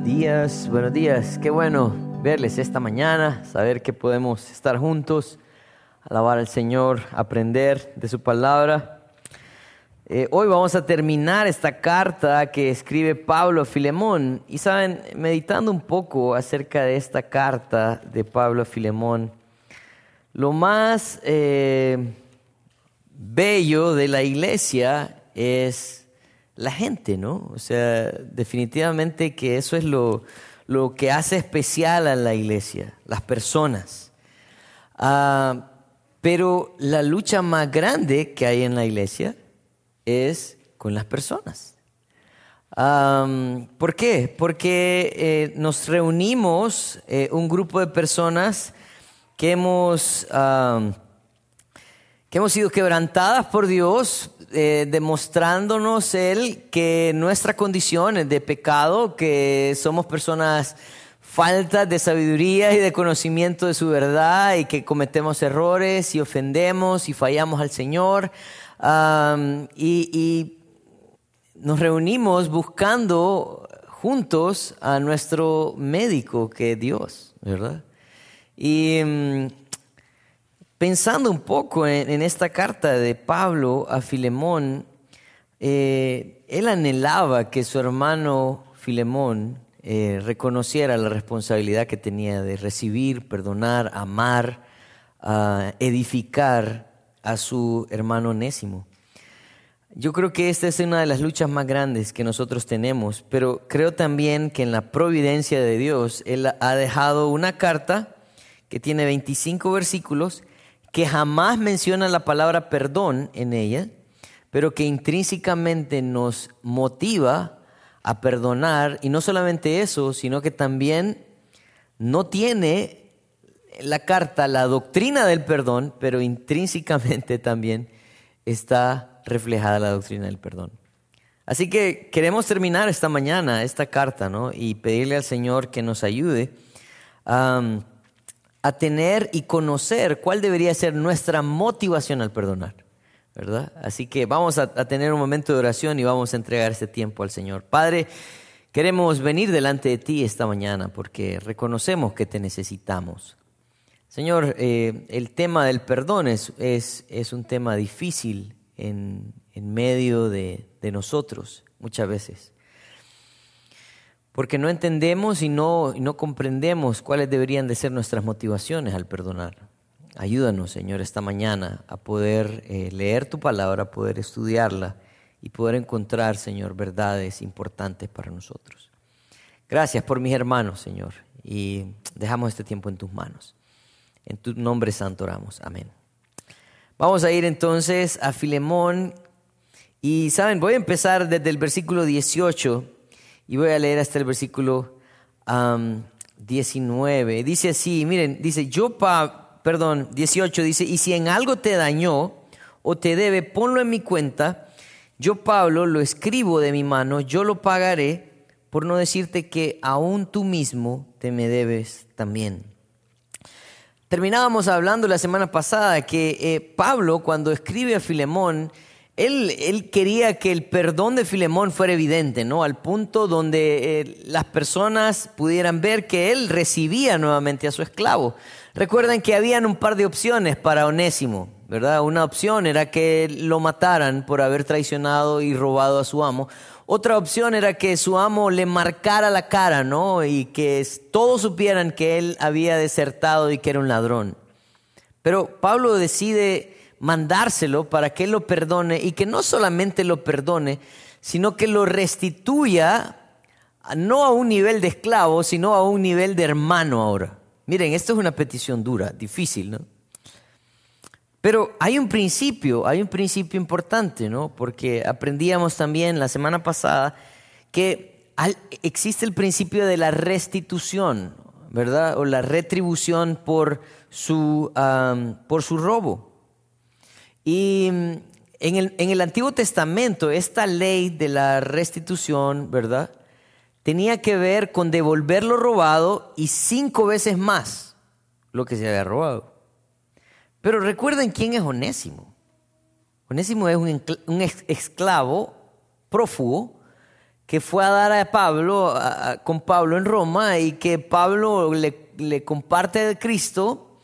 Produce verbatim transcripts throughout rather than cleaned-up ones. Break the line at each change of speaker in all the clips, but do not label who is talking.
días, buenos días. Qué bueno verles esta mañana, saber que podemos estar juntos, alabar al Señor, aprender de su palabra. Eh, hoy vamos a terminar esta carta que escribe Pablo a Filemón. Y saben, meditando un poco acerca de esta carta de Pablo a Filemón, lo más eh, bello de la iglesia es la gente, ¿no? O sea, definitivamente que eso es lo, lo que hace especial a la iglesia, las personas. Uh, pero la lucha más grande que hay en la iglesia es con las personas. Um, ¿Por qué? Porque eh, nos reunimos eh, un grupo de personas que hemos, um, que hemos sido quebrantadas por Dios, eh, demostrándonos Él que nuestra condición es de pecado, que somos personas faltas de sabiduría y de conocimiento de su verdad y que cometemos errores y ofendemos y fallamos al Señor. Um, y, y nos reunimos buscando juntos a nuestro médico, que es Dios, ¿verdad? Y um, pensando un poco en, en esta carta de Pablo a Filemón, eh, él anhelaba que su hermano Filemón eh, reconociera la responsabilidad que tenía de recibir, perdonar, amar, uh, edificar a su hermano Onésimo. Yo creo que esta es una de las luchas más grandes que nosotros tenemos, pero creo también que en la providencia de Dios, Él ha dejado una carta que tiene veinticinco versículos, que jamás menciona la palabra perdón en ella, pero que intrínsecamente nos motiva a perdonar, y no solamente eso, sino que también no tiene la carta, la doctrina del perdón, pero intrínsecamente también está reflejada la doctrina del perdón. Así que queremos terminar esta mañana esta carta, ¿no? Y pedirle al Señor que nos ayude um, a tener y conocer cuál debería ser nuestra motivación al perdonar, ¿verdad? Así que vamos a, a tener un momento de oración y vamos a entregar este tiempo al Señor. Padre, queremos venir delante de ti esta mañana porque reconocemos que te necesitamos. Señor, eh, el tema del perdón es, es, es un tema difícil en, en medio de, de nosotros muchas veces, porque no entendemos y no, y no comprendemos cuáles deberían de ser nuestras motivaciones al perdonar. Ayúdanos, Señor, esta mañana a poder eh, leer tu palabra, a poder estudiarla y poder encontrar, Señor, verdades importantes para nosotros. Gracias por mis hermanos, Señor, y dejamos este tiempo en tus manos. En tu nombre santo oramos. Amén. Vamos a ir entonces a Filemón. Y saben, voy a empezar desde el versículo dieciocho y voy a leer hasta el versículo um, diecinueve. Dice así, miren, dice, yo, pa, perdón, dieciocho, dice, y si en algo te dañó o te debe, ponlo en mi cuenta. Yo, Pablo, lo escribo de mi mano, yo lo pagaré, por no decirte que aún tú mismo te me debes también. Terminábamos hablando la semana pasada que eh, Pablo, cuando escribe a Filemón, él, él quería que el perdón de Filemón fuera evidente, ¿no? Al punto donde eh, las personas pudieran ver que él recibía nuevamente a su esclavo. Recuerden que habían un par de opciones para Onésimo, ¿verdad? Una opción era que lo mataran por haber traicionado y robado a su amo. Otra opción era que su amo le marcara la cara, ¿no? Y que todos supieran que él había desertado y que era un ladrón. Pero Pablo decide mandárselo para que él lo perdone, y que no solamente lo perdone, sino que lo restituya no a un nivel de esclavo, sino a un nivel de hermano ahora. Miren, esto es una petición dura, difícil, ¿no? Pero hay un principio, hay un principio importante, ¿no? Porque aprendíamos también la semana pasada que existe el principio de la restitución, ¿verdad? O la retribución por su, um, por su robo. Y en el, en el Antiguo Testamento, esta ley de la restitución, ¿verdad?, tenía que ver con devolver lo robado y cinco veces más lo que se había robado. Pero recuerden quién es Onésimo. Onésimo es un, un esclavo prófugo que fue a dar a Pablo, a, a, con Pablo en Roma, y que Pablo le, le comparte de Cristo,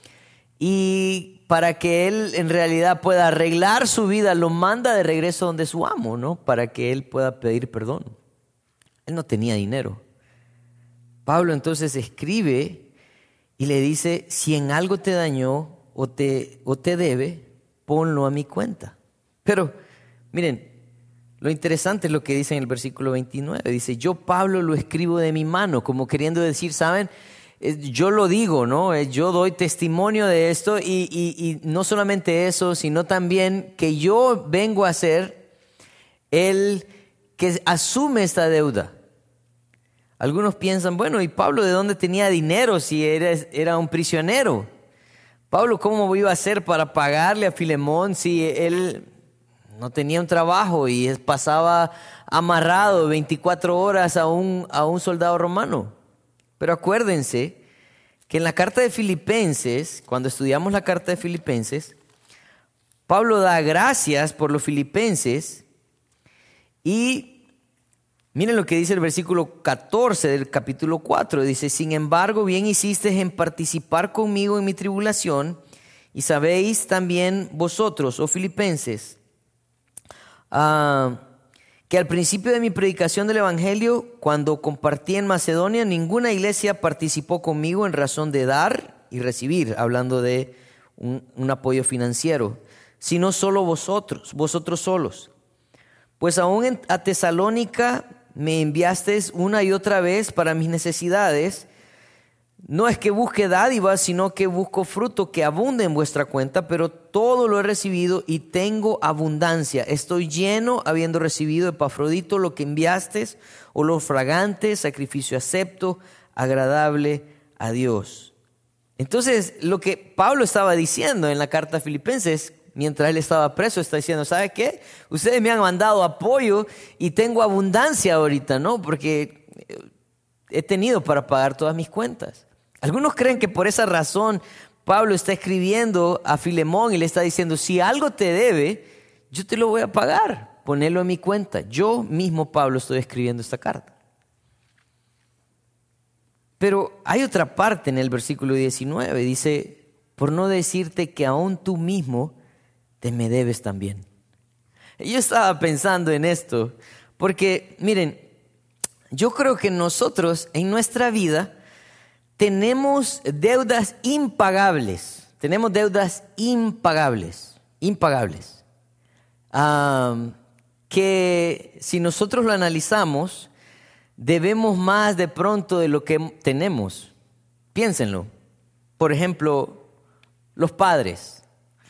y para que él en realidad pueda arreglar su vida, lo manda de regreso donde su amo, ¿no? Para que él pueda pedir perdón. Él no tenía dinero. Pablo entonces escribe y le dice, si en algo te dañó o te, o te debe, ponlo a mi cuenta. Pero miren, lo interesante es lo que dice en el versículo veintinueve. Dice, yo Pablo lo escribo de mi mano, como queriendo decir, ¿saben? Yo lo digo, ¿no? Yo doy testimonio de esto y, y, y no solamente eso, sino también que yo vengo a ser el que asume esta deuda. Algunos piensan, bueno, ¿y Pablo de dónde tenía dinero si era, era un prisionero? Pablo, ¿cómo iba a hacer para pagarle a Filemón si él no tenía un trabajo y pasaba amarrado veinticuatro horas a un, a un soldado romano? Pero acuérdense que en la carta de Filipenses, cuando estudiamos la carta de Filipenses, Pablo da gracias por los filipenses y miren lo que dice el versículo catorce del capítulo cuatro. Dice, sin embargo, bien hicisteis en participar conmigo en mi tribulación, y sabéis también vosotros, oh filipenses, uh, que al principio de mi predicación del Evangelio, cuando compartí en Macedonia, ninguna iglesia participó conmigo en razón de dar y recibir, hablando de un, un apoyo financiero, sino solo vosotros, vosotros solos. Pues aún en, a Tesalónica me enviasteis una y otra vez para mis necesidades. No es que busque dádivas, sino que busco fruto que abunde en vuestra cuenta, pero todo lo he recibido y tengo abundancia. Estoy lleno, habiendo recibido de Epafrodito lo que enviasteis, olor fragante, sacrificio acepto, agradable a Dios. Entonces, lo que Pablo estaba diciendo en la carta a Filipenses, mientras él estaba preso, está diciendo, ¿sabe qué? Ustedes me han mandado apoyo y tengo abundancia ahorita, ¿no? Porque he tenido para pagar todas mis cuentas. Algunos creen que por esa razón Pablo está escribiendo a Filemón y le está diciendo, si algo te debe, yo te lo voy a pagar, ponelo en mi cuenta. Yo mismo, Pablo, estoy escribiendo esta carta. Pero hay otra parte en el versículo diecinueve, dice, por no decirte que aún tú mismo te me debes también. Yo estaba pensando en esto, porque miren, yo creo que nosotros en nuestra vida tenemos deudas impagables, tenemos deudas impagables, impagables, um, que si nosotros lo analizamos, debemos más de pronto de lo que tenemos. Piénsenlo. Por ejemplo, los padres.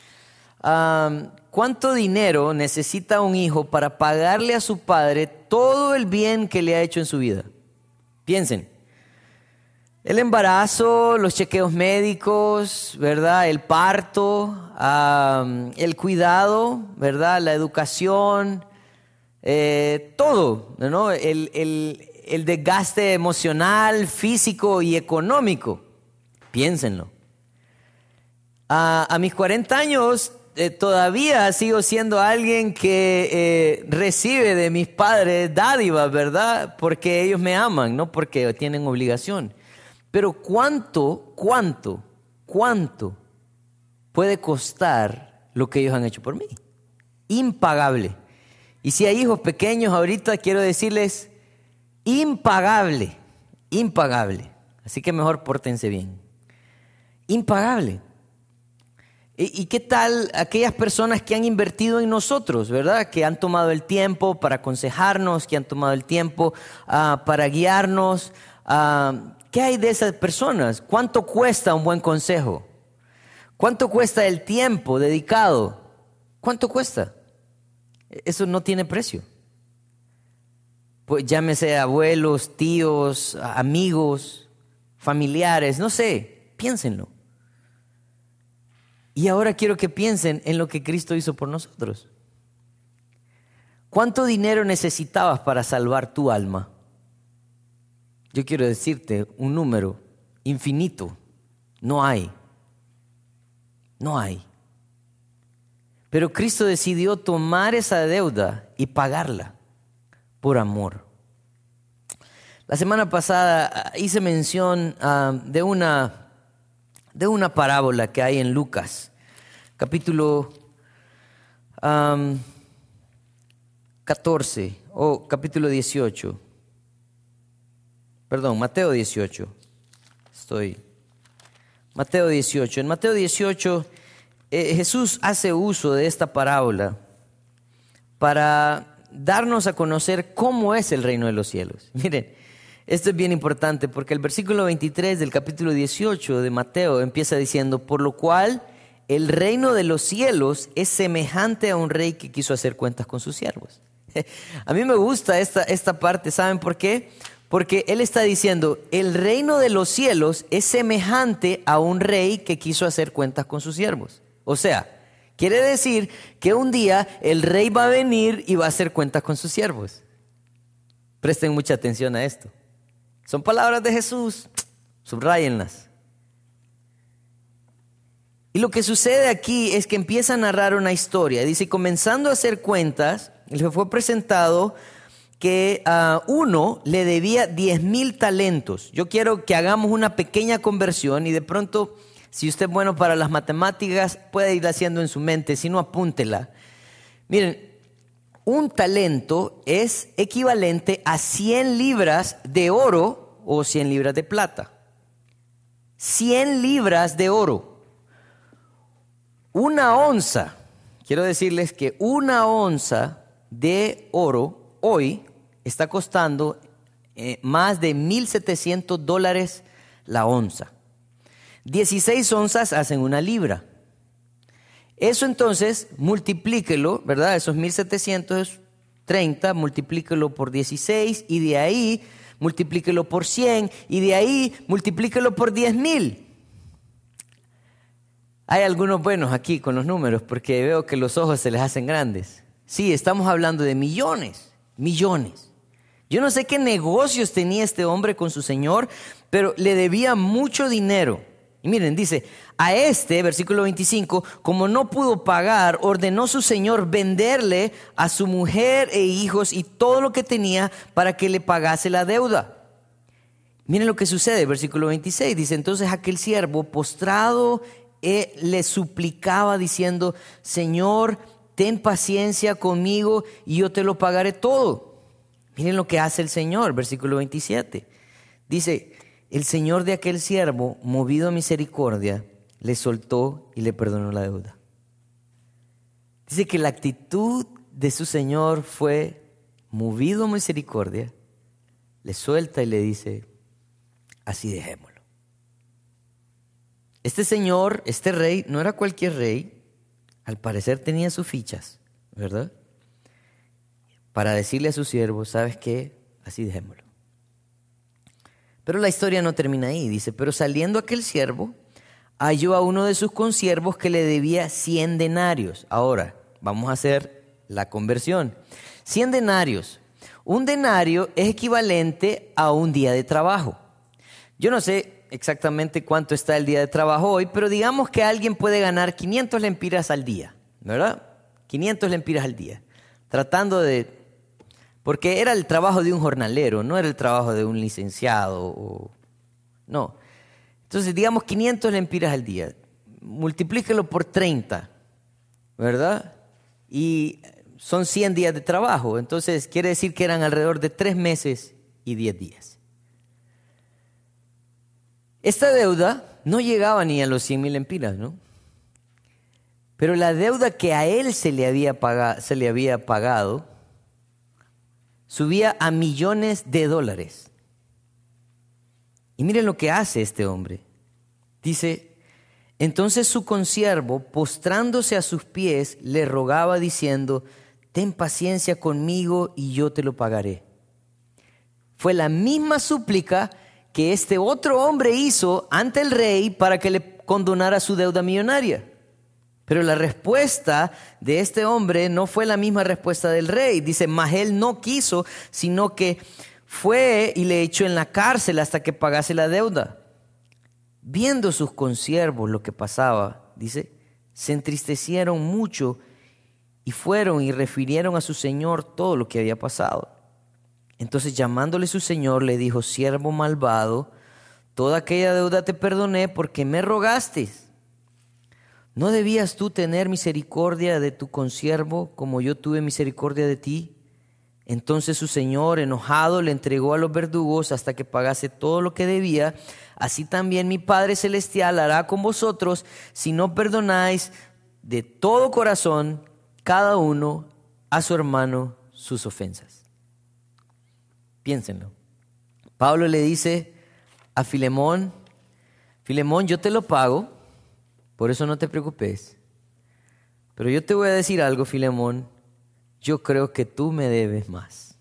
Um, ¿Cuánto dinero necesita un hijo para pagarle a su padre todo el bien que le ha hecho en su vida? Piensen. El embarazo, los chequeos médicos, ¿verdad? El parto, um, el cuidado, ¿verdad? La educación, eh, todo, ¿no? El, el, el desgaste emocional, físico y económico. Piénsenlo. A, a mis cuarenta años eh, todavía sigo siendo alguien que eh, recibe de mis padres dádivas, ¿verdad? Porque ellos me aman, no porque tienen obligación. Pero ¿cuánto, cuánto, cuánto puede costar lo que ellos han hecho por mí? Impagable. Y si hay hijos pequeños ahorita, quiero decirles, impagable, impagable. Así que mejor pórtense bien. Impagable. ¿Y, y qué tal aquellas personas que han invertido en nosotros, verdad? Que han tomado el tiempo para aconsejarnos, que han tomado el tiempo uh, para guiarnos. Uh, ¿Qué hay de esas personas? ¿Cuánto cuesta un buen consejo? ¿Cuánto cuesta el tiempo dedicado? ¿Cuánto cuesta? Eso no tiene precio. Pues llámese abuelos, tíos, amigos, familiares, no sé, piénsenlo. Y ahora quiero que piensen en lo que Cristo hizo por nosotros. ¿Cuánto dinero necesitabas para salvar tu alma? Yo quiero decirte un número infinito. No hay. No hay. Pero Cristo decidió tomar esa deuda y pagarla por amor. La semana pasada hice mención uh, de, una, de una parábola que hay en Lucas, capítulo um, catorce o capítulo dieciocho. Perdón, Mateo dieciocho. Estoy. Mateo dieciocho. En Mateo dieciocho, eh, Jesús hace uso de esta parábola para darnos a conocer cómo es el reino de los cielos. Miren, esto es bien importante porque el versículo veintitrés del capítulo dieciocho de Mateo empieza diciendo: por lo cual el reino de los cielos es semejante a un rey que quiso hacer cuentas con sus siervos. A mí me gusta esta, esta parte, ¿saben por qué? Porque él está diciendo, el reino de los cielos es semejante a un rey que quiso hacer cuentas con sus siervos. O sea, quiere decir que un día el rey va a venir y va a hacer cuentas con sus siervos. Presten mucha atención a esto. Son palabras de Jesús, subráyenlas. Y lo que sucede aquí es que empieza a narrar una historia. Dice, comenzando a hacer cuentas, le fue presentado que uh, uno le debía diez mil talentos. Yo quiero que hagamos una pequeña conversión y de pronto, si usted es bueno para las matemáticas, puede ir haciendo en su mente, si no, apúntela. Miren, un talento es equivalente a cien libras de oro o cien libras de plata. cien libras de oro. Una onza, quiero decirles que una onza de oro hoy está costando eh, más de mil setecientos dólares la onza. dieciséis onzas hacen una libra. Eso entonces, multiplíquelo, ¿verdad? Esos mil setecientos treinta, multiplíquelo por dieciséis y de ahí multiplíquelo por cien y de ahí multiplíquelo por diez mil. Hay algunos buenos aquí con los números porque veo que los ojos se les hacen grandes. Sí, estamos hablando de millones, millones. Yo no sé qué negocios tenía este hombre con su señor, pero le debía mucho dinero. Y miren, dice, a este, versículo veinticinco, como no pudo pagar, ordenó su señor venderle a su mujer e hijos y todo lo que tenía para que le pagase la deuda. Miren lo que sucede, versículo veintiséis, dice, entonces aquel siervo postrado eh, le suplicaba diciendo, Señor, ten paciencia conmigo y yo te lo pagaré todo. Miren lo que hace el Señor, versículo veintisiete, dice, el señor de aquel siervo, movido a misericordia, le soltó y le perdonó la deuda. Dice que la actitud de su señor fue, movido a misericordia, le suelta y le dice, así dejémoslo. Este señor, este rey, no era cualquier rey, al parecer tenía sus fichas, ¿verdad? Para decirle a su siervo, ¿sabes qué? Así dejémoslo. Pero la historia no termina ahí, dice, pero saliendo aquel siervo, halló a uno de sus consiervos que le debía cien denarios. Ahora, vamos a hacer la conversión. cien denarios. Un denario es equivalente a un día de trabajo. Yo no sé exactamente cuánto está el día de trabajo hoy, pero digamos que alguien puede ganar quinientos lempiras al día, ¿verdad? quinientos lempiras al día, tratando de... Porque era el trabajo de un jornalero, no era el trabajo de un licenciado. O, no. Entonces, digamos quinientos lempiras al día. Multiplíquelo por treinta, ¿verdad? Y son cien días de trabajo. Entonces, quiere decir que eran alrededor de tres meses y diez días. Esta deuda no llegaba ni a los cien mil lempiras, ¿no? Pero la deuda que a él se le había pagado, se le había pagado subía a millones de dólares. Y miren lo que hace este hombre. Dice, entonces su consiervo, postrándose a sus pies, le rogaba diciendo, ten paciencia conmigo y yo te lo pagaré. Fue la misma súplica que este otro hombre hizo ante el rey para que le condonara su deuda millonaria. Pero la respuesta de este hombre no fue la misma respuesta del rey. Dice, mas él no quiso, sino que fue y le echó en la cárcel hasta que pagase la deuda. Viendo sus consiervos lo que pasaba, dice, se entristecieron mucho y fueron y refirieron a su señor todo lo que había pasado. Entonces, llamándole su señor, le dijo: siervo malvado, toda aquella deuda te perdoné porque me rogaste. ¿No debías tú tener misericordia de tu consiervo como yo tuve misericordia de ti? Entonces su señor, enojado, le entregó a los verdugos hasta que pagase todo lo que debía. Así también mi Padre Celestial hará con vosotros si no perdonáis de todo corazón cada uno a su hermano sus ofensas. Piénsenlo. Pablo le dice a Filemón: Filemón, yo te lo pago, por eso no te preocupes. Pero yo te voy a decir algo, Filemón, yo creo que tú me debes más.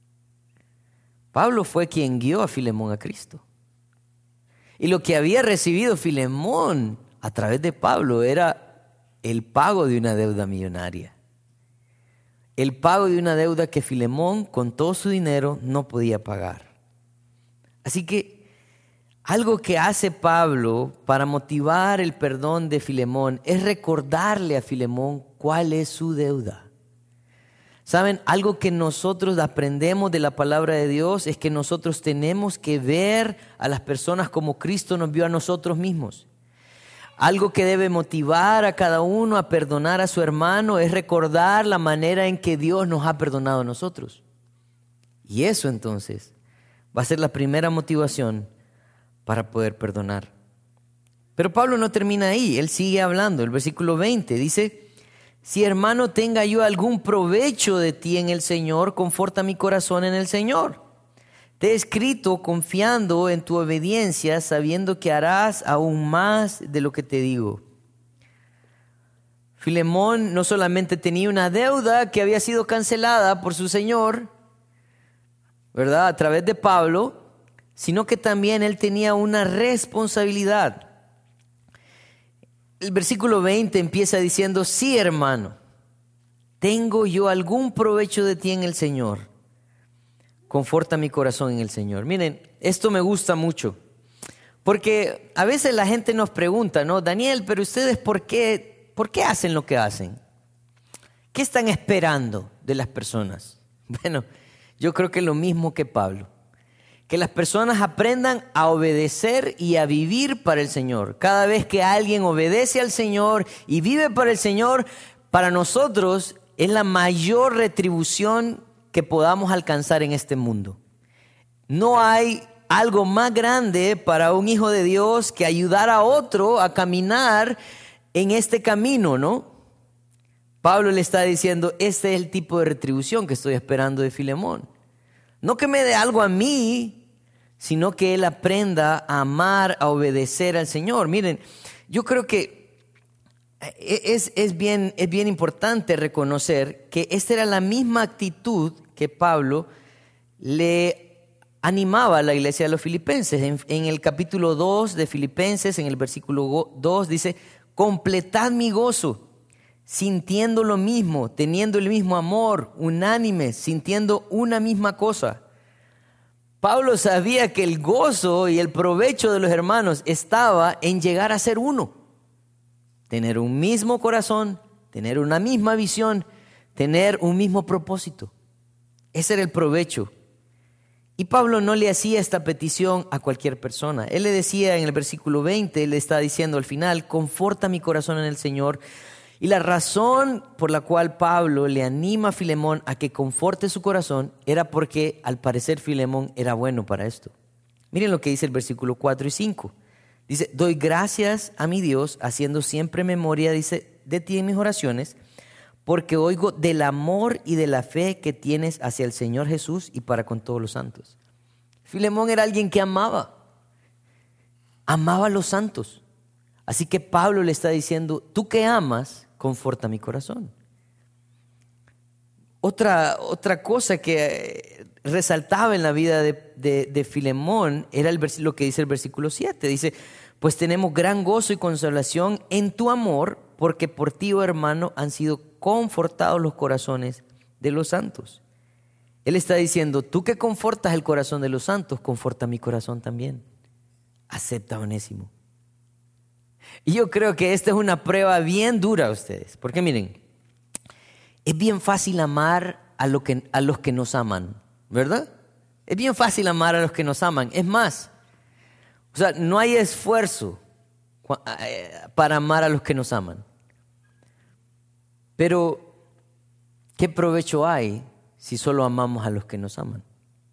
Pablo fue quien guió a Filemón a Cristo. Y lo que había recibido Filemón a través de Pablo era el pago de una deuda millonaria. El pago de una deuda que Filemón, con todo su dinero, no podía pagar. Así que algo que hace Pablo para motivar el perdón de Filemón es recordarle a Filemón cuál es su deuda. ¿Saben? Algo que nosotros aprendemos de la palabra de Dios es que nosotros tenemos que ver a las personas como Cristo nos vio a nosotros mismos. Algo que debe motivar a cada uno a perdonar a su hermano es recordar la manera en que Dios nos ha perdonado a nosotros. Y eso entonces va a ser la primera motivación para poder perdonar. Pero Pablo no termina ahí, él sigue hablando. El versículo veinte dice: si hermano tenga yo algún provecho de ti en el Señor, conforta mi corazón en el Señor. Te he escrito confiando en tu obediencia, sabiendo que harás aún más de lo que te digo. Filemón no solamente tenía una deuda que había sido cancelada por su Señor, ¿verdad?, a través de Pablo, sino que también él tenía una responsabilidad. El versículo veinte empieza diciendo: sí, hermano, tengo yo algún provecho de ti en el Señor. Conforta mi corazón en el Señor. Miren, esto me gusta mucho, porque a veces la gente nos pregunta, ¿no? Daniel, pero ustedes ¿por qué, por qué hacen lo que hacen? ¿Qué están esperando de las personas? Bueno, yo creo que lo mismo que Pablo. Que las personas aprendan a obedecer y a vivir para el Señor. Cada vez que alguien obedece al Señor y vive para el Señor, para nosotros es la mayor retribución que podamos alcanzar en este mundo. No hay algo más grande para un hijo de Dios que ayudar a otro a caminar en este camino, ¿no? Pablo le está diciendo: este es el tipo de retribución que estoy esperando de Filemón. No que me dé algo a mí, sino que él aprenda a amar, a obedecer al Señor. Miren, yo creo que es, es, bien, es bien importante reconocer que esta era la misma actitud que Pablo le animaba a la iglesia de los filipenses. En, en el capítulo dos de Filipenses, en el versículo dos, dice: completad mi gozo, sintiendo lo mismo, teniendo el mismo amor, unánimes, sintiendo una misma cosa. Pablo sabía que el gozo y el provecho de los hermanos estaba en llegar a ser uno. Tener un mismo corazón, tener una misma visión, tener un mismo propósito. Ese era el provecho. Y Pablo no le hacía esta petición a cualquier persona. Él le decía en el versículo veinte, él le está diciendo al final: conforta mi corazón en el Señor. Y la razón por la cual Pablo le anima a Filemón a que conforte su corazón era porque al parecer Filemón era bueno para esto. Miren lo que dice el versículo cuatro y cinco. Dice: doy gracias a mi Dios, haciendo siempre memoria, dice, de ti en mis oraciones, porque oigo del amor y de la fe que tienes hacia el Señor Jesús y para con todos los santos. Filemón era alguien que amaba, amaba a los santos. Así que Pablo le está diciendo: tú que amas, conforta mi corazón. Otra, otra cosa que resaltaba en la vida de, de, de Filemón era el vers- lo que dice el versículo siete. Dice: pues tenemos gran gozo y consolación en tu amor, porque por ti, oh hermano, han sido confortados los corazones de los santos. Él está diciendo: tú que confortas el corazón de los santos, conforta mi corazón también. Acepta a Onésimo. Y yo creo que esta es una prueba bien dura a ustedes, porque miren, es bien fácil amar a, lo que, a los que nos aman, ¿verdad? Es bien fácil amar a los que nos aman. Es más, o sea, no hay esfuerzo para amar a los que nos aman. Pero, ¿qué provecho hay si solo amamos a los que nos aman?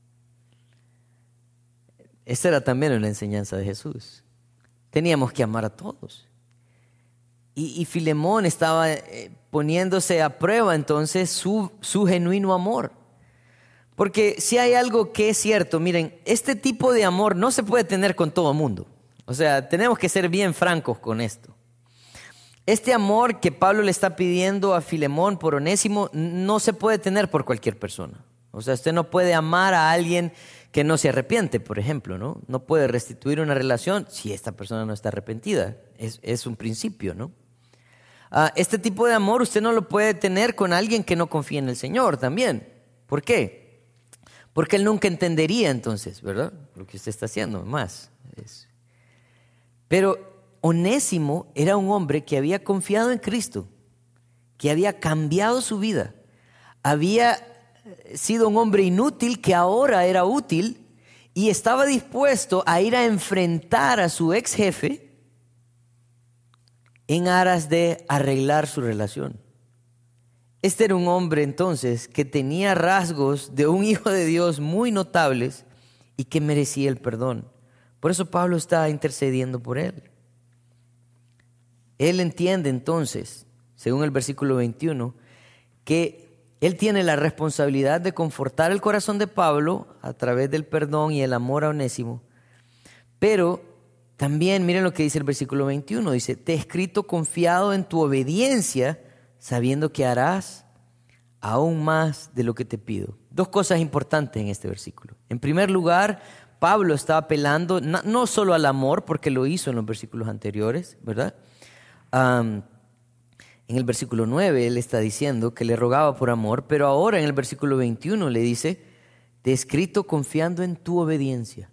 Esta era también una enseñanza de Jesús. Teníamos que amar a todos. Y, y Filemón estaba eh, poniéndose a prueba entonces su, su genuino amor. Porque si hay algo que es cierto, miren, este tipo de amor no se puede tener con todo el mundo. O sea, tenemos que ser bien francos con esto. Este amor que Pablo le está pidiendo a Filemón por Onésimo no se puede tener por cualquier persona. O sea, usted no puede amar a alguien que no se arrepiente, por ejemplo, ¿no? No puede restituir una relación si esta persona no está arrepentida. Es, es un principio, ¿no? Uh, este tipo de amor usted no lo puede tener con alguien que no confía en el Señor también. ¿Por qué? Porque él nunca entendería entonces, ¿verdad? Lo que usted está haciendo, más. Es... Pero Onésimo era un hombre que había confiado en Cristo, que había cambiado su vida, había sido un hombre inútil que ahora era útil y estaba dispuesto a ir a enfrentar a su ex jefe en aras de arreglar su relación. Este era un hombre entonces que tenía rasgos de un hijo de Dios muy notables y que merecía el perdón. Por eso Pablo está intercediendo por él. Él entiende entonces, según el versículo veintiuno, que él tiene la responsabilidad de confortar el corazón de Pablo a través del perdón y el amor a Onésimo. Pero también miren lo que dice el versículo veintiuno. Dice, te he escrito confiado en tu obediencia, sabiendo que harás aún más de lo que te pido. Dos cosas importantes en este versículo. En primer lugar, Pablo está apelando no, no solo al amor, porque lo hizo en los versículos anteriores, ¿verdad? Um, en el versículo nueve él está diciendo que le rogaba por amor, pero ahora en el versículo veintiuno le dice, te he escrito confiando en tu obediencia.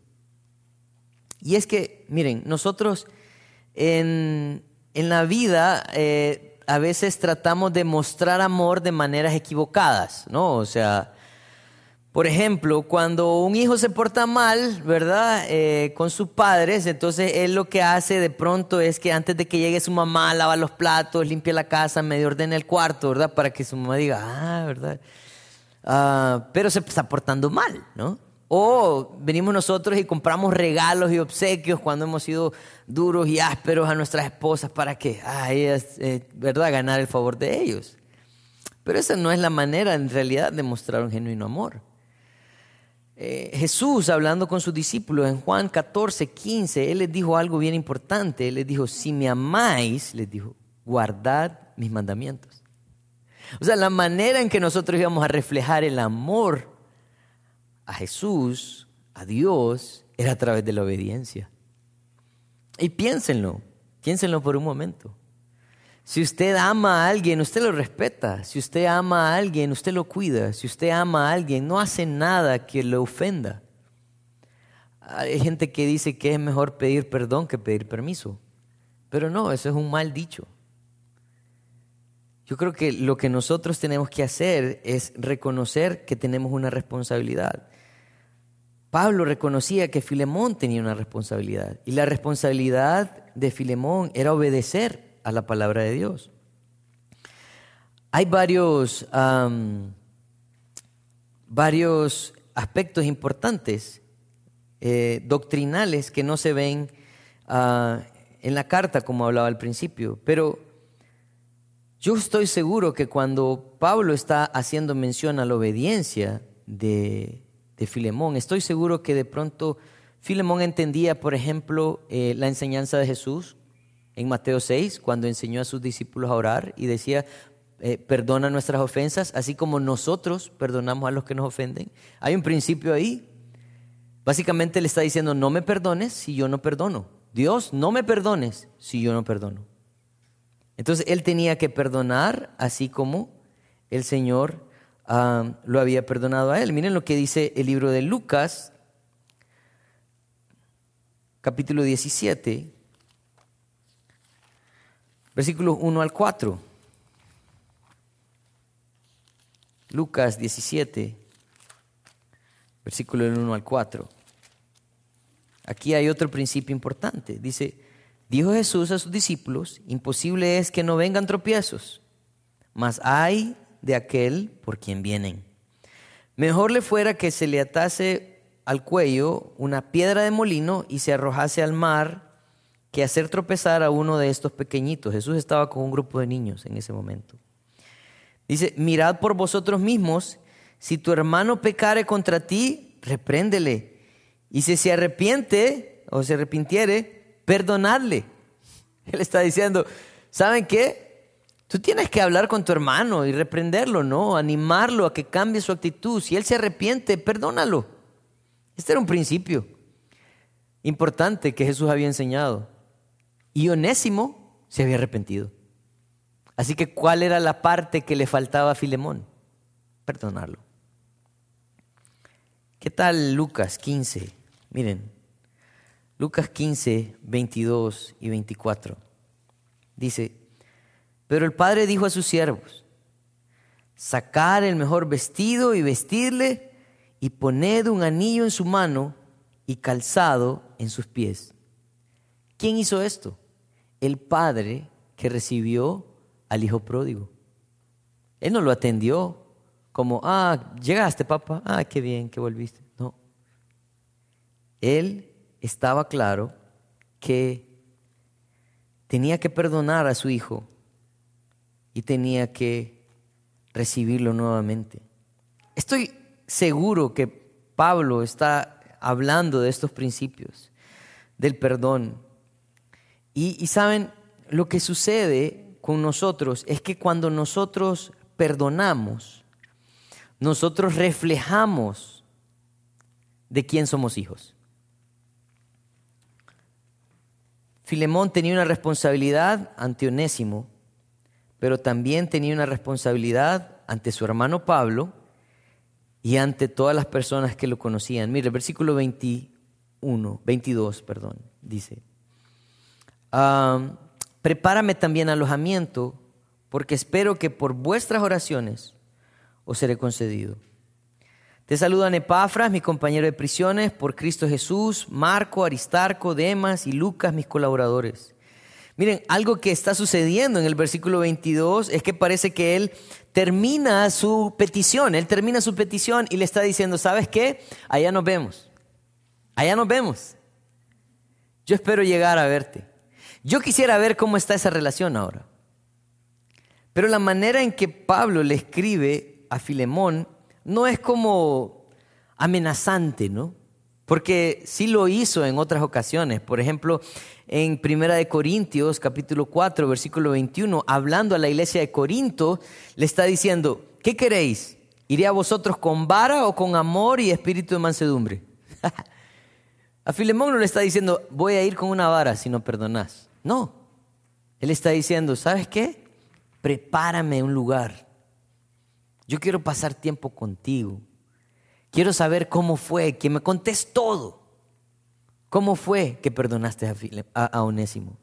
Y es que, miren, nosotros en, en la vida eh, a veces tratamos de mostrar amor de maneras equivocadas, ¿no? O sea, por ejemplo, cuando un hijo se porta mal, ¿verdad? Eh, con sus padres, entonces él lo que hace de pronto es que antes de que llegue su mamá, lava los platos, limpia la casa, medio ordena el cuarto, ¿verdad? Para que su mamá diga, ah, ¿verdad? Uh, pero se está portando mal, ¿no? O venimos nosotros y compramos regalos y obsequios cuando hemos sido duros y ásperos a nuestras esposas para que, ah, ellas, eh, ¿verdad?, ganar el favor de ellos. Pero esa no es la manera en realidad de mostrar un genuino amor. Eh, Jesús, hablando con sus discípulos en Juan catorce, quince, Él les dijo algo bien importante. Él les dijo, si me amáis, les dijo, guardad mis mandamientos. O sea, la manera en que nosotros íbamos a reflejar el amor a Jesús, a Dios, era a través de la obediencia. Y piénsenlo, piénsenlo por un momento. Si usted ama a alguien, usted lo respeta. Si usted ama a alguien, usted lo cuida. Si usted ama a alguien, no hace nada que lo ofenda. Hay gente que dice que es mejor pedir perdón que pedir permiso. Pero no, eso es un mal dicho. Yo creo que lo que nosotros tenemos que hacer es reconocer que tenemos una responsabilidad. Pablo reconocía que Filemón tenía una responsabilidad. Y la responsabilidad de Filemón era obedecer a la palabra de Dios. Hay varios, um, varios aspectos importantes, eh, doctrinales, que no se ven uh, en la carta, como hablaba al principio. Pero yo estoy seguro que cuando Pablo está haciendo mención a la obediencia de, de Filemón, estoy seguro que de pronto Filemón entendía, por ejemplo, eh, la enseñanza de Jesús en Mateo seis, cuando enseñó a sus discípulos a orar y decía, eh, perdona nuestras ofensas, así como nosotros perdonamos a los que nos ofenden. Hay un principio ahí. Básicamente le está diciendo, no me perdones si yo no perdono. Dios, no me perdones si yo no perdono. Entonces él tenía que perdonar así como el Señor um, lo había perdonado a él. Miren lo que dice el libro de Lucas, capítulo diecisiete, versículos uno al cuatro. Lucas diecisiete, versículo del uno al cuatro. Aquí hay otro principio importante. Dice, dijo Jesús a sus discípulos, imposible es que no vengan tropiezos, mas hay de aquel por quien vienen. Mejor le fuera que se le atase al cuello una piedra de molino y se arrojase al mar que hacer tropezar a uno de estos pequeñitos. Jesús estaba con un grupo de niños en ese momento. Dice, mirad por vosotros mismos, si tu hermano pecare contra ti, repréndele. Y si se arrepiente o se arrepintiere, perdonadle. Él está diciendo, ¿saben qué? Tú tienes que hablar con tu hermano y reprenderlo, ¿no? Animarlo a que cambie su actitud. Si él se arrepiente, perdónalo. Este era un principio importante que Jesús había enseñado. Y Onésimo se había arrepentido. Así que, ¿cuál era la parte que le faltaba a Filemón? Perdonarlo. ¿Qué tal Lucas quince? Miren, Lucas quince, veintidós y veinticuatro. Dice, pero el padre dijo a sus siervos, sacad el mejor vestido y vestirle, y poned un anillo en su mano y calzado en sus pies. ¿Quién hizo esto? El padre que recibió al hijo pródigo. Él no lo atendió como, ah, llegaste, papá, ah, qué bien que volviste. No. Él estaba claro que tenía que perdonar a su hijo y tenía que recibirlo nuevamente. Estoy seguro que Pablo está hablando de estos principios, del perdón. Y, y saben, lo que sucede con nosotros es que cuando nosotros perdonamos, nosotros reflejamos de quién somos hijos. Filemón tenía una responsabilidad ante Onésimo, pero también tenía una responsabilidad ante su hermano Pablo y ante todas las personas que lo conocían. Mire, el versículo veintiuno, veintidós, perdón, dice, uh, prepárame también alojamiento, porque espero que por vuestras oraciones os seré concedido. Te saludan Epafras, mi compañero de prisiones, por Cristo Jesús, Marco, Aristarco, Demas y Lucas, mis colaboradores. Miren, algo que está sucediendo en el versículo veintidós es que parece que él termina su petición, él termina su petición y le está diciendo, ¿sabes qué? Allá nos vemos, allá nos vemos. Yo espero llegar a verte. Yo quisiera ver cómo está esa relación ahora. Pero la manera en que Pablo le escribe a Filemón no es como amenazante, ¿no? Porque sí lo hizo en otras ocasiones. Por ejemplo, en Primera de Corintios, capítulo cuatro, versículo veintiuno, hablando a la iglesia de Corinto, le está diciendo, ¿qué queréis? ¿Iré a vosotros con vara o con amor y espíritu de mansedumbre? A Filemón no le está diciendo, voy a ir con una vara si no perdonás. No, él está diciendo, ¿sabes qué? Prepárame un lugar. Yo quiero pasar tiempo contigo. Quiero saber cómo fue, que me contés todo. ¿Cómo fue que perdonaste a, File- a, a Onésimo?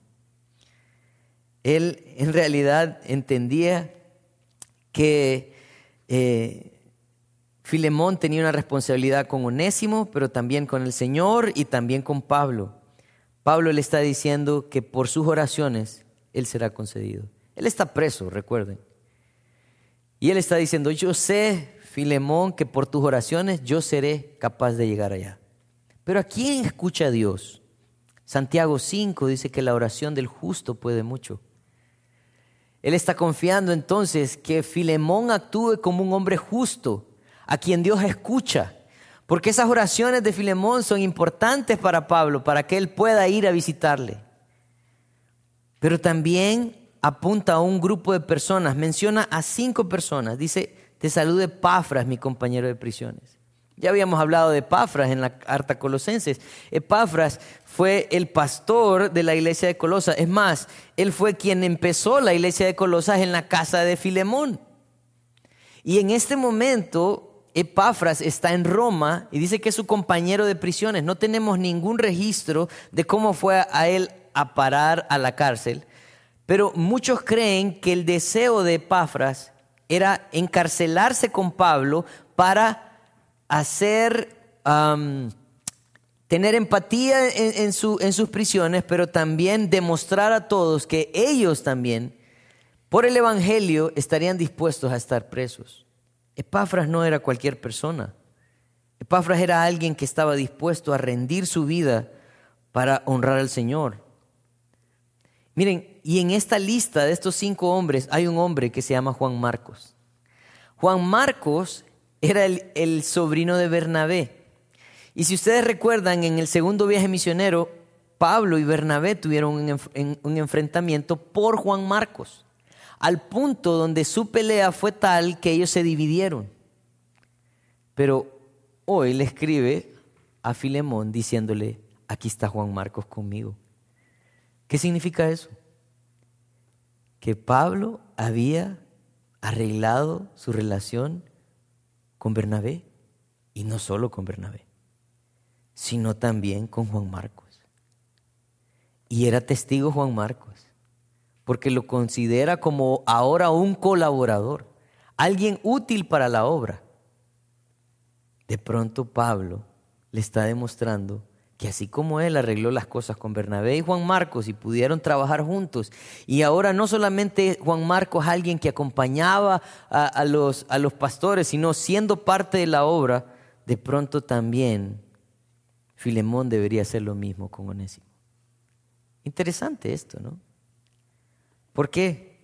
Él en realidad entendía que eh, Filemón tenía una responsabilidad con Onésimo, pero también con el Señor y también con Pablo. Pablo le está diciendo que por sus oraciones él será concedido. Él está preso, recuerden. Y él está diciendo, yo sé, Filemón, que por tus oraciones yo seré capaz de llegar allá. Pero ¿a quién escucha Dios? Santiago cinco dice que la oración del justo puede mucho. Él está confiando entonces que Filemón actúe como un hombre justo, a quien Dios escucha. Porque esas oraciones de Filemón son importantes para Pablo, para que él pueda ir a visitarle. Pero también apunta a un grupo de personas, menciona a cinco personas. Dice, te salude Epafras, mi compañero de prisiones. Ya habíamos hablado de Epafras en la carta a Colosenses. Epafras fue el pastor de la iglesia de Colosas. Es más, él fue quien empezó la iglesia de Colosas en la casa de Filemón. Y en este momento, Epafras está en Roma y dice que es su compañero de prisiones. No tenemos ningún registro de cómo fue a él a parar a la cárcel. Pero muchos creen que el deseo de Epafras era encarcelarse con Pablo para hacer um, tener empatía en, en, su, en sus prisiones, pero también demostrar a todos que ellos también, por el Evangelio, estarían dispuestos a estar presos. Epafras no era cualquier persona. Epafras era alguien que estaba dispuesto a rendir su vida para honrar al Señor. Miren, y en esta lista de estos cinco hombres hay un hombre que se llama Juan Marcos. Juan Marcos era el, el sobrino de Bernabé. Y si ustedes recuerdan, en el segundo viaje misionero, Pablo y Bernabé tuvieron un, en, un enfrentamiento por Juan Marcos, al punto donde su pelea fue tal que ellos se dividieron. Pero hoy le escribe a Filemón diciéndole, aquí está Juan Marcos conmigo. ¿Qué significa eso? Que Pablo había arreglado su relación con Bernabé, y no solo con Bernabé, sino también con Juan Marcos. Y era testigo Juan Marcos, porque lo considera como ahora un colaborador, alguien útil para la obra. De pronto Pablo le está demostrando que así como él arregló las cosas con Bernabé y Juan Marcos y pudieron trabajar juntos, y ahora no solamente Juan Marcos alguien que acompañaba a, a, los, a los pastores, sino siendo parte de la obra, de pronto también Filemón debería hacer lo mismo con Onésimo. Interesante esto, ¿no? ¿Por qué?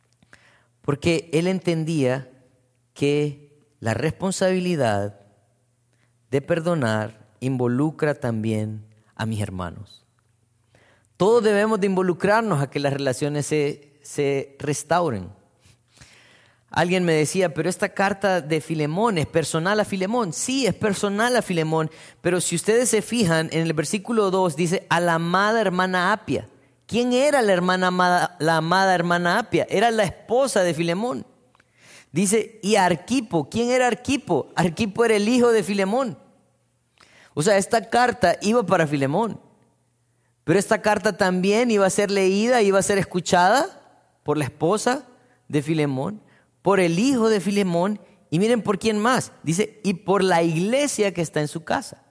Porque él entendía que la responsabilidad de perdonar involucra también a mis hermanos. Todos debemos de involucrarnos a que las relaciones se, se restauren. Alguien me decía, pero esta carta de Filemón es personal a Filemón. Sí, es personal a Filemón, pero si ustedes se fijan, en el versículo dos dice, a la amada hermana Apia. ¿Quién era la, hermana amada, la amada hermana Apia? Era la esposa de Filemón. Dice, y Arquipo. ¿Quién era Arquipo? Arquipo era el hijo de Filemón. O sea, esta carta iba para Filemón, pero esta carta también iba a ser leída, iba a ser escuchada por la esposa de Filemón, por el hijo de Filemón, y miren por quién más. Dice, y por la iglesia que está en su casa.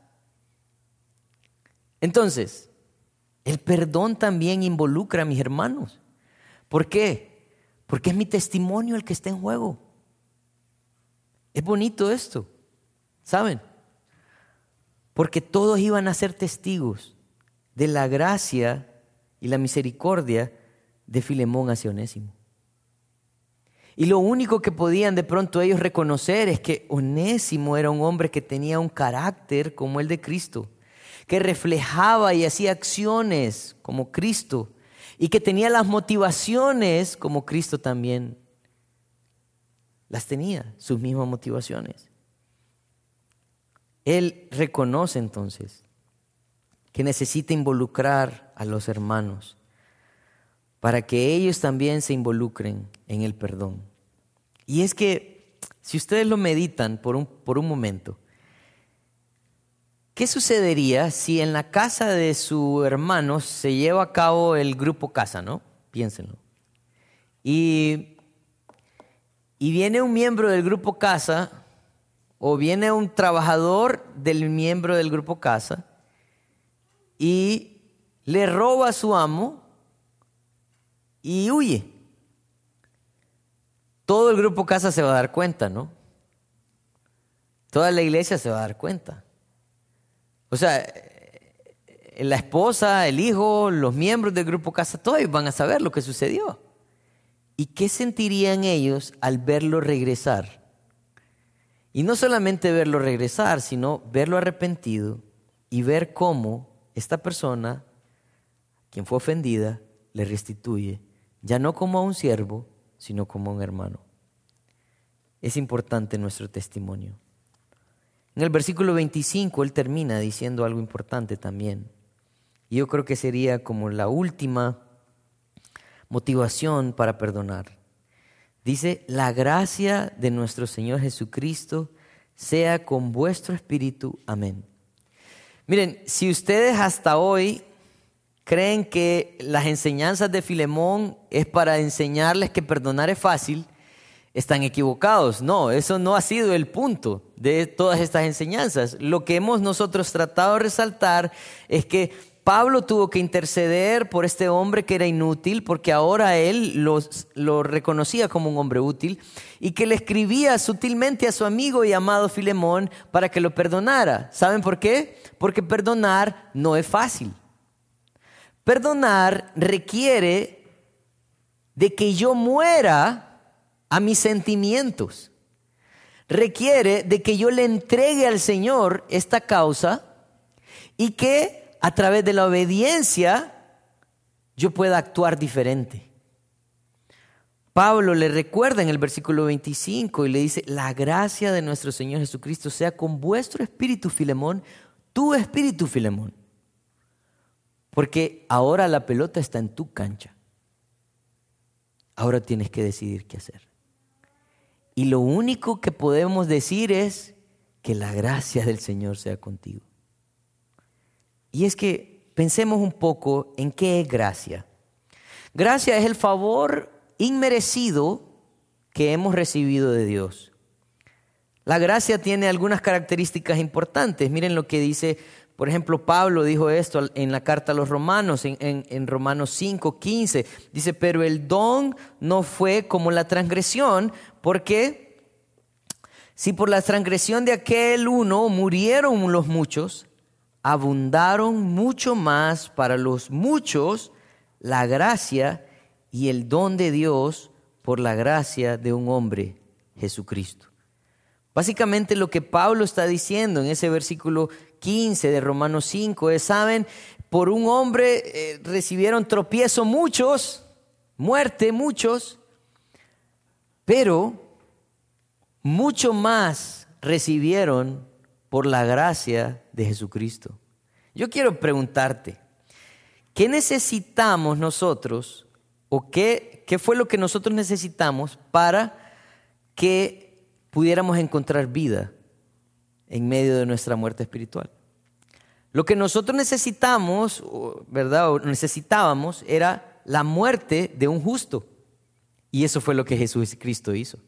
Entonces, el perdón también involucra a mis hermanos. ¿Por qué? Porque es mi testimonio el que está en juego. Es bonito esto, ¿saben? Porque todos iban a ser testigos de la gracia y la misericordia de Filemón hacia Onésimo. Y lo único que podían de pronto ellos reconocer es que Onésimo era un hombre que tenía un carácter como el de Cristo, que reflejaba y hacía acciones como Cristo, y que tenía las motivaciones como Cristo también las tenía, sus mismas motivaciones. Él reconoce entonces que necesita involucrar a los hermanos para que ellos también se involucren en el perdón. Y es que, si ustedes lo meditan por un, por un momento, ¿qué sucedería si en la casa de su hermano se lleva a cabo el grupo casa, ¿no? Piénsenlo. Y, y viene un miembro del grupo casa, o viene un trabajador del miembro del grupo casa y le roba a su amo y huye. Todo el grupo casa se va a dar cuenta, ¿no? Toda la iglesia se va a dar cuenta. O sea, la esposa, el hijo, los miembros del grupo casa, todos van a saber lo que sucedió. ¿Y qué sentirían ellos al verlo regresar? Y no solamente verlo regresar, sino verlo arrepentido y ver cómo esta persona, quien fue ofendida, le restituye, ya no como a un siervo, sino como a un hermano. Es importante nuestro testimonio. En el versículo veinticinco, él termina diciendo algo importante también. Y yo creo que sería como la última motivación para perdonar. Dice, la gracia de nuestro Señor Jesucristo sea con vuestro espíritu. Amén. Miren, si ustedes hasta hoy creen que las enseñanzas de Filemón es para enseñarles que perdonar es fácil, están equivocados. No, eso no ha sido el punto de todas estas enseñanzas. Lo que hemos nosotros tratado de resaltar es que Pablo tuvo que interceder por este hombre que era inútil, porque ahora él lo, lo reconocía como un hombre útil, y que le escribía sutilmente a su amigo y amado Filemón para que lo perdonara. ¿Saben por qué? Porque perdonar no es fácil. Perdonar requiere de que yo muera a mis sentimientos. Requiere de que yo le entregue al Señor esta causa y que a través de la obediencia yo pueda actuar diferente. Pablo le recuerda en el versículo veinticinco y le dice: la gracia de nuestro Señor Jesucristo sea con vuestro espíritu, Filemón, tu espíritu, Filemón. Porque ahora la pelota está en tu cancha. Ahora tienes que decidir qué hacer. Y lo único que podemos decir es que la gracia del Señor sea contigo. Y es que pensemos un poco en qué es gracia. Gracia es el favor inmerecido que hemos recibido de Dios. La gracia tiene algunas características importantes. Miren lo que dice, por ejemplo, Pablo dijo esto en la carta a los Romanos, en, en, en Romanos cinco, quince. Dice: pero el don no fue como la transgresión, porque si por la transgresión de aquel uno murieron los muchos, abundaron mucho más para los muchos la gracia y el don de Dios por la gracia de un hombre, Jesucristo. Básicamente lo que Pablo está diciendo en ese versículo quince de Romanos cinco es: saben, por un hombre eh, recibieron tropiezo muchos, muerte muchos, pero mucho más recibieron por la gracia de Jesucristo. Yo quiero preguntarte, ¿qué necesitamos nosotros o qué, qué fue lo que nosotros necesitamos para que pudiéramos encontrar vida en medio de nuestra muerte espiritual? Lo que nosotros necesitamos, ¿verdad? O necesitábamos era la muerte de un justo. Y eso fue lo que Jesucristo hizo.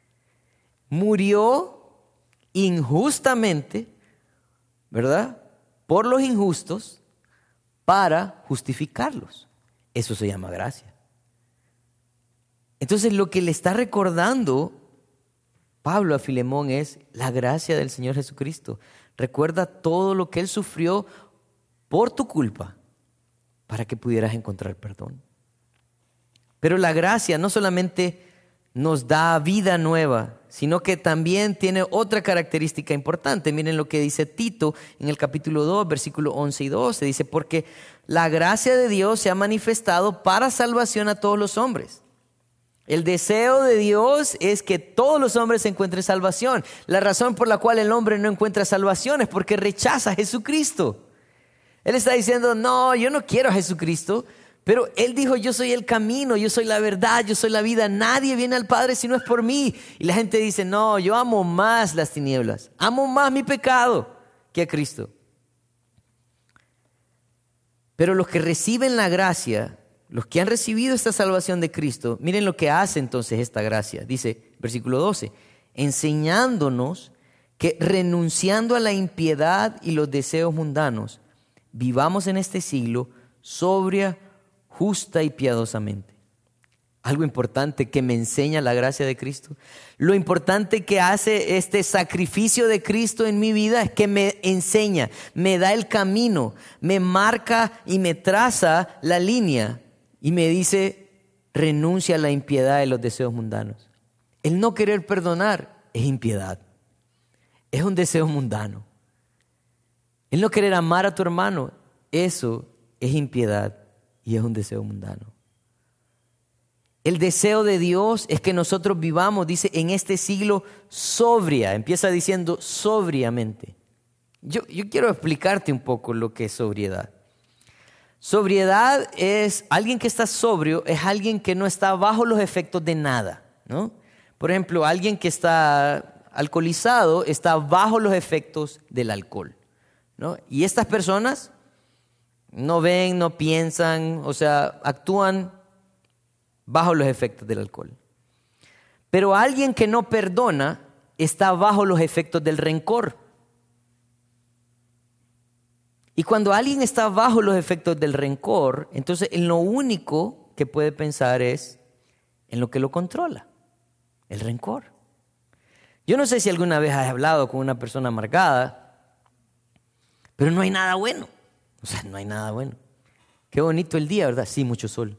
Murió injustamente, ¿verdad?, por los injustos para justificarlos. Eso se llama gracia. Entonces lo que le está recordando Pablo a Filemón es la gracia del Señor Jesucristo. Recuerda todo lo que Él sufrió por tu culpa para que pudieras encontrar perdón. Pero la gracia no solamente nos da vida nueva, sino que también tiene otra característica importante. Miren lo que dice Tito en el capítulo dos, versículo once y doce. Dice: porque la gracia de Dios se ha manifestado para salvación a todos los hombres. El deseo de Dios es que todos los hombres encuentren salvación. La razón por la cual el hombre no encuentra salvación es porque rechaza a Jesucristo. Él está diciendo: no, yo no quiero a Jesucristo. Pero Él dijo: yo soy el camino, yo soy la verdad, yo soy la vida. Nadie viene al Padre si no es por mí. Y la gente dice: no, yo amo más las tinieblas. Amo más mi pecado que a Cristo. Pero los que reciben la gracia, los que han recibido esta salvación de Cristo, miren lo que hace entonces esta gracia. Dice, versículo doce, enseñándonos que renunciando a la impiedad y los deseos mundanos, vivamos en este siglo sobria, justa y piadosamente. Algo importante que me enseña la gracia de Cristo. Lo importante que hace este sacrificio de Cristo en mi vida es que me enseña, me da el camino, me marca y me traza la línea y me dice: renuncia a la impiedad y los deseos mundanos. El no querer perdonar es impiedad, es un deseo mundano. El no querer amar a tu hermano, eso es impiedad y es un deseo mundano. El deseo de Dios es que nosotros vivamos, dice, en este siglo sobria. Empieza diciendo sobriamente. Yo, yo quiero explicarte un poco lo que es sobriedad. Sobriedad es alguien que está sobrio, es alguien que no está bajo los efectos de nada, ¿no? Por ejemplo, alguien que está alcoholizado está bajo los efectos del alcohol, ¿no? Y estas personas no ven, no piensan, o sea, actúan bajo los efectos del alcohol. Pero alguien que no perdona está bajo los efectos del rencor. Y cuando alguien está bajo los efectos del rencor, entonces en lo único que puede pensar es en lo que lo controla, el rencor. Yo no sé si alguna vez has hablado con una persona amargada, pero no hay nada bueno. O sea, no hay nada bueno. Qué bonito el día, ¿verdad? Sí, mucho sol.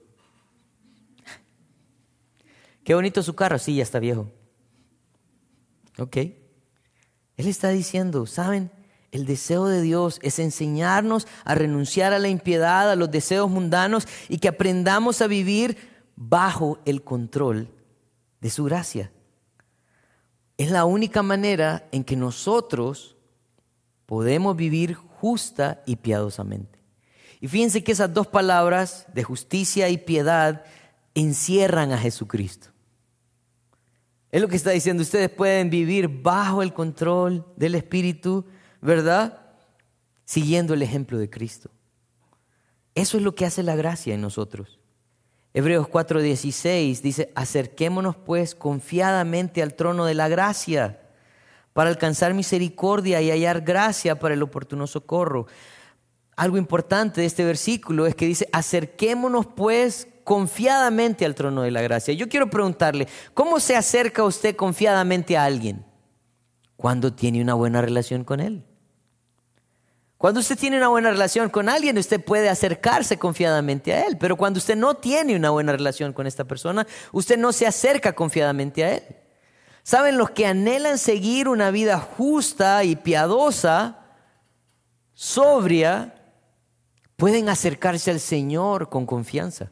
Qué bonito su carro. Sí, ya está viejo. Ok. Él está diciendo, ¿saben? El deseo de Dios es enseñarnos a renunciar a la impiedad, a los deseos mundanos y que aprendamos a vivir bajo el control de su gracia. Es la única manera en que nosotros podemos vivir justa y piadosamente. Y fíjense que esas dos palabras de justicia y piedad encierran a Jesucristo. Es lo que está diciendo, ustedes pueden vivir bajo el control del Espíritu, ¿verdad? Siguiendo el ejemplo de Cristo. Eso es lo que hace la gracia en nosotros. Hebreos cuatro dieciséis dice, acerquémonos pues confiadamente al trono de la gracia para alcanzar misericordia y hallar gracia para el oportuno socorro. Algo importante de este versículo es que dice, acerquémonos pues confiadamente al trono de la gracia. Yo quiero preguntarle, ¿cómo se acerca usted confiadamente a alguien? Cuando tiene una buena relación con él. Cuando usted tiene una buena relación con alguien, usted puede acercarse confiadamente a él. Pero cuando usted no tiene una buena relación con esta persona, usted no se acerca confiadamente a él. ¿Saben? Los que anhelan seguir una vida justa y piadosa, sobria, pueden acercarse al Señor con confianza.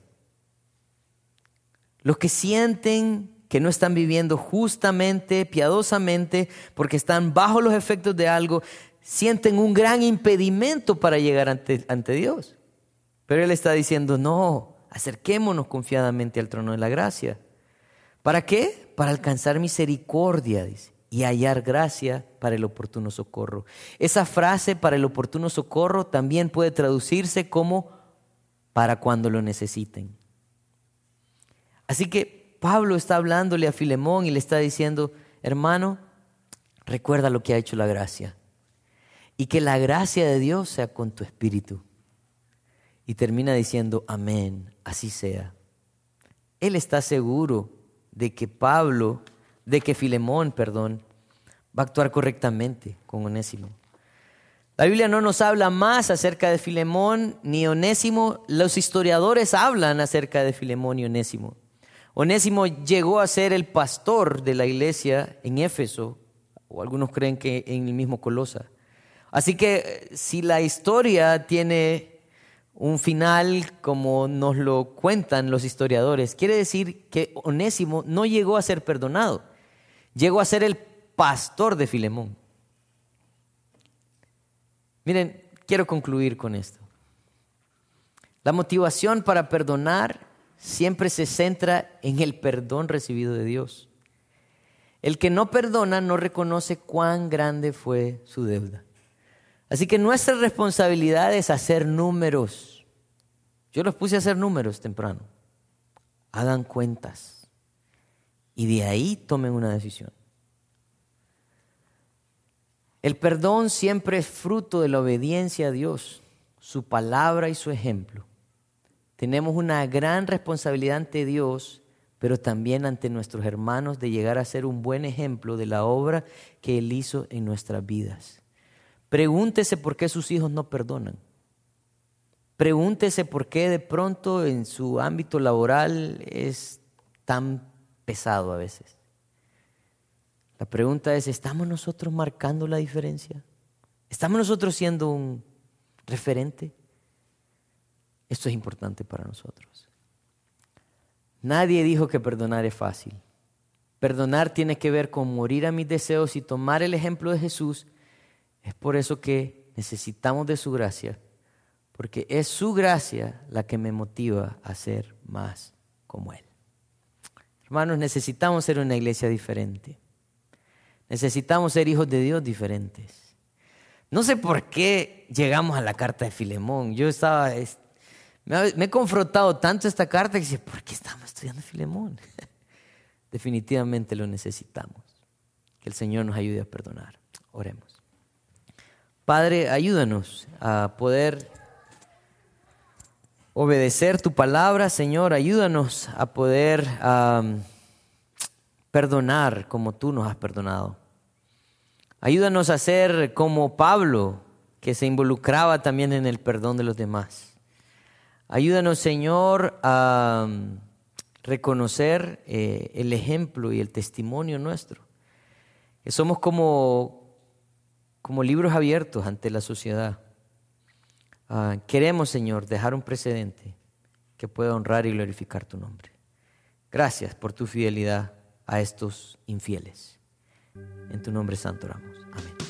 Los que sienten que no están viviendo justamente, piadosamente, porque están bajo los efectos de algo, sienten un gran impedimento para llegar ante, ante Dios. Pero Él está diciendo, no, acerquémonos confiadamente al trono de la gracia. ¿Para qué? Para alcanzar misericordia, dice, y hallar gracia para el oportuno socorro. Esa frase, para el oportuno socorro, también puede traducirse como para cuando lo necesiten. Así que Pablo está hablándole a Filemón y le está diciendo, hermano, recuerda lo que ha hecho la gracia. Y que la gracia de Dios sea con tu espíritu. Y termina diciendo, amén, así sea. Él está seguro de que Pablo, de que Filemón, perdón, va a actuar correctamente con Onésimo. La Biblia no nos habla más acerca de Filemón ni Onésimo. Los historiadores hablan acerca de Filemón y Onésimo. Onésimo llegó a ser el pastor de la iglesia en Éfeso, o algunos creen que en el mismo Colosa. Así que si la historia tiene un final como nos lo cuentan los historiadores, quiere decir que Onésimo no llegó a ser perdonado, llegó a ser el pastor de Filemón. Miren, quiero concluir con esto. La motivación para perdonar siempre se centra en el perdón recibido de Dios. El que no perdona no reconoce cuán grande fue su deuda. Así que nuestra responsabilidad es hacer números. Yo los puse a hacer números temprano. Hagan cuentas. Y de ahí tomen una decisión. El perdón siempre es fruto de la obediencia a Dios, su palabra y su ejemplo. Tenemos una gran responsabilidad ante Dios, pero también ante nuestros hermanos de llegar a ser un buen ejemplo de la obra que Él hizo en nuestras vidas. Pregúntese por qué sus hijos no perdonan. Pregúntese por qué de pronto en su ámbito laboral es tan pesado a veces. La pregunta es, ¿estamos nosotros marcando la diferencia? ¿Estamos nosotros siendo un referente? Esto es importante para nosotros. Nadie dijo que perdonar es fácil. Perdonar tiene que ver con morir a mis deseos y tomar el ejemplo de Jesús. Es por eso que necesitamos de su gracia, porque es su gracia la que me motiva a ser más como Él. Hermanos, necesitamos ser una iglesia diferente. Necesitamos ser hijos de Dios diferentes. No sé por qué llegamos a la carta de Filemón. Yo estaba, me he confrontado tanto esta carta que dice, ¿por qué estamos estudiando Filemón? definitivamente lo necesitamos. Que el Señor nos ayude a perdonar. Oremos. Padre, ayúdanos a poder obedecer tu palabra, Señor. Ayúdanos a poder um, perdonar como tú nos has perdonado. Ayúdanos a ser como Pablo, que se involucraba también en el perdón de los demás. Ayúdanos, Señor, a um, reconocer eh, el ejemplo y el testimonio nuestro. Que somos como, como libros abiertos ante la sociedad. Uh, queremos, Señor, dejar un precedente que pueda honrar y glorificar tu nombre. Gracias por tu fidelidad a estos infieles. En tu nombre santo oramos. Amén.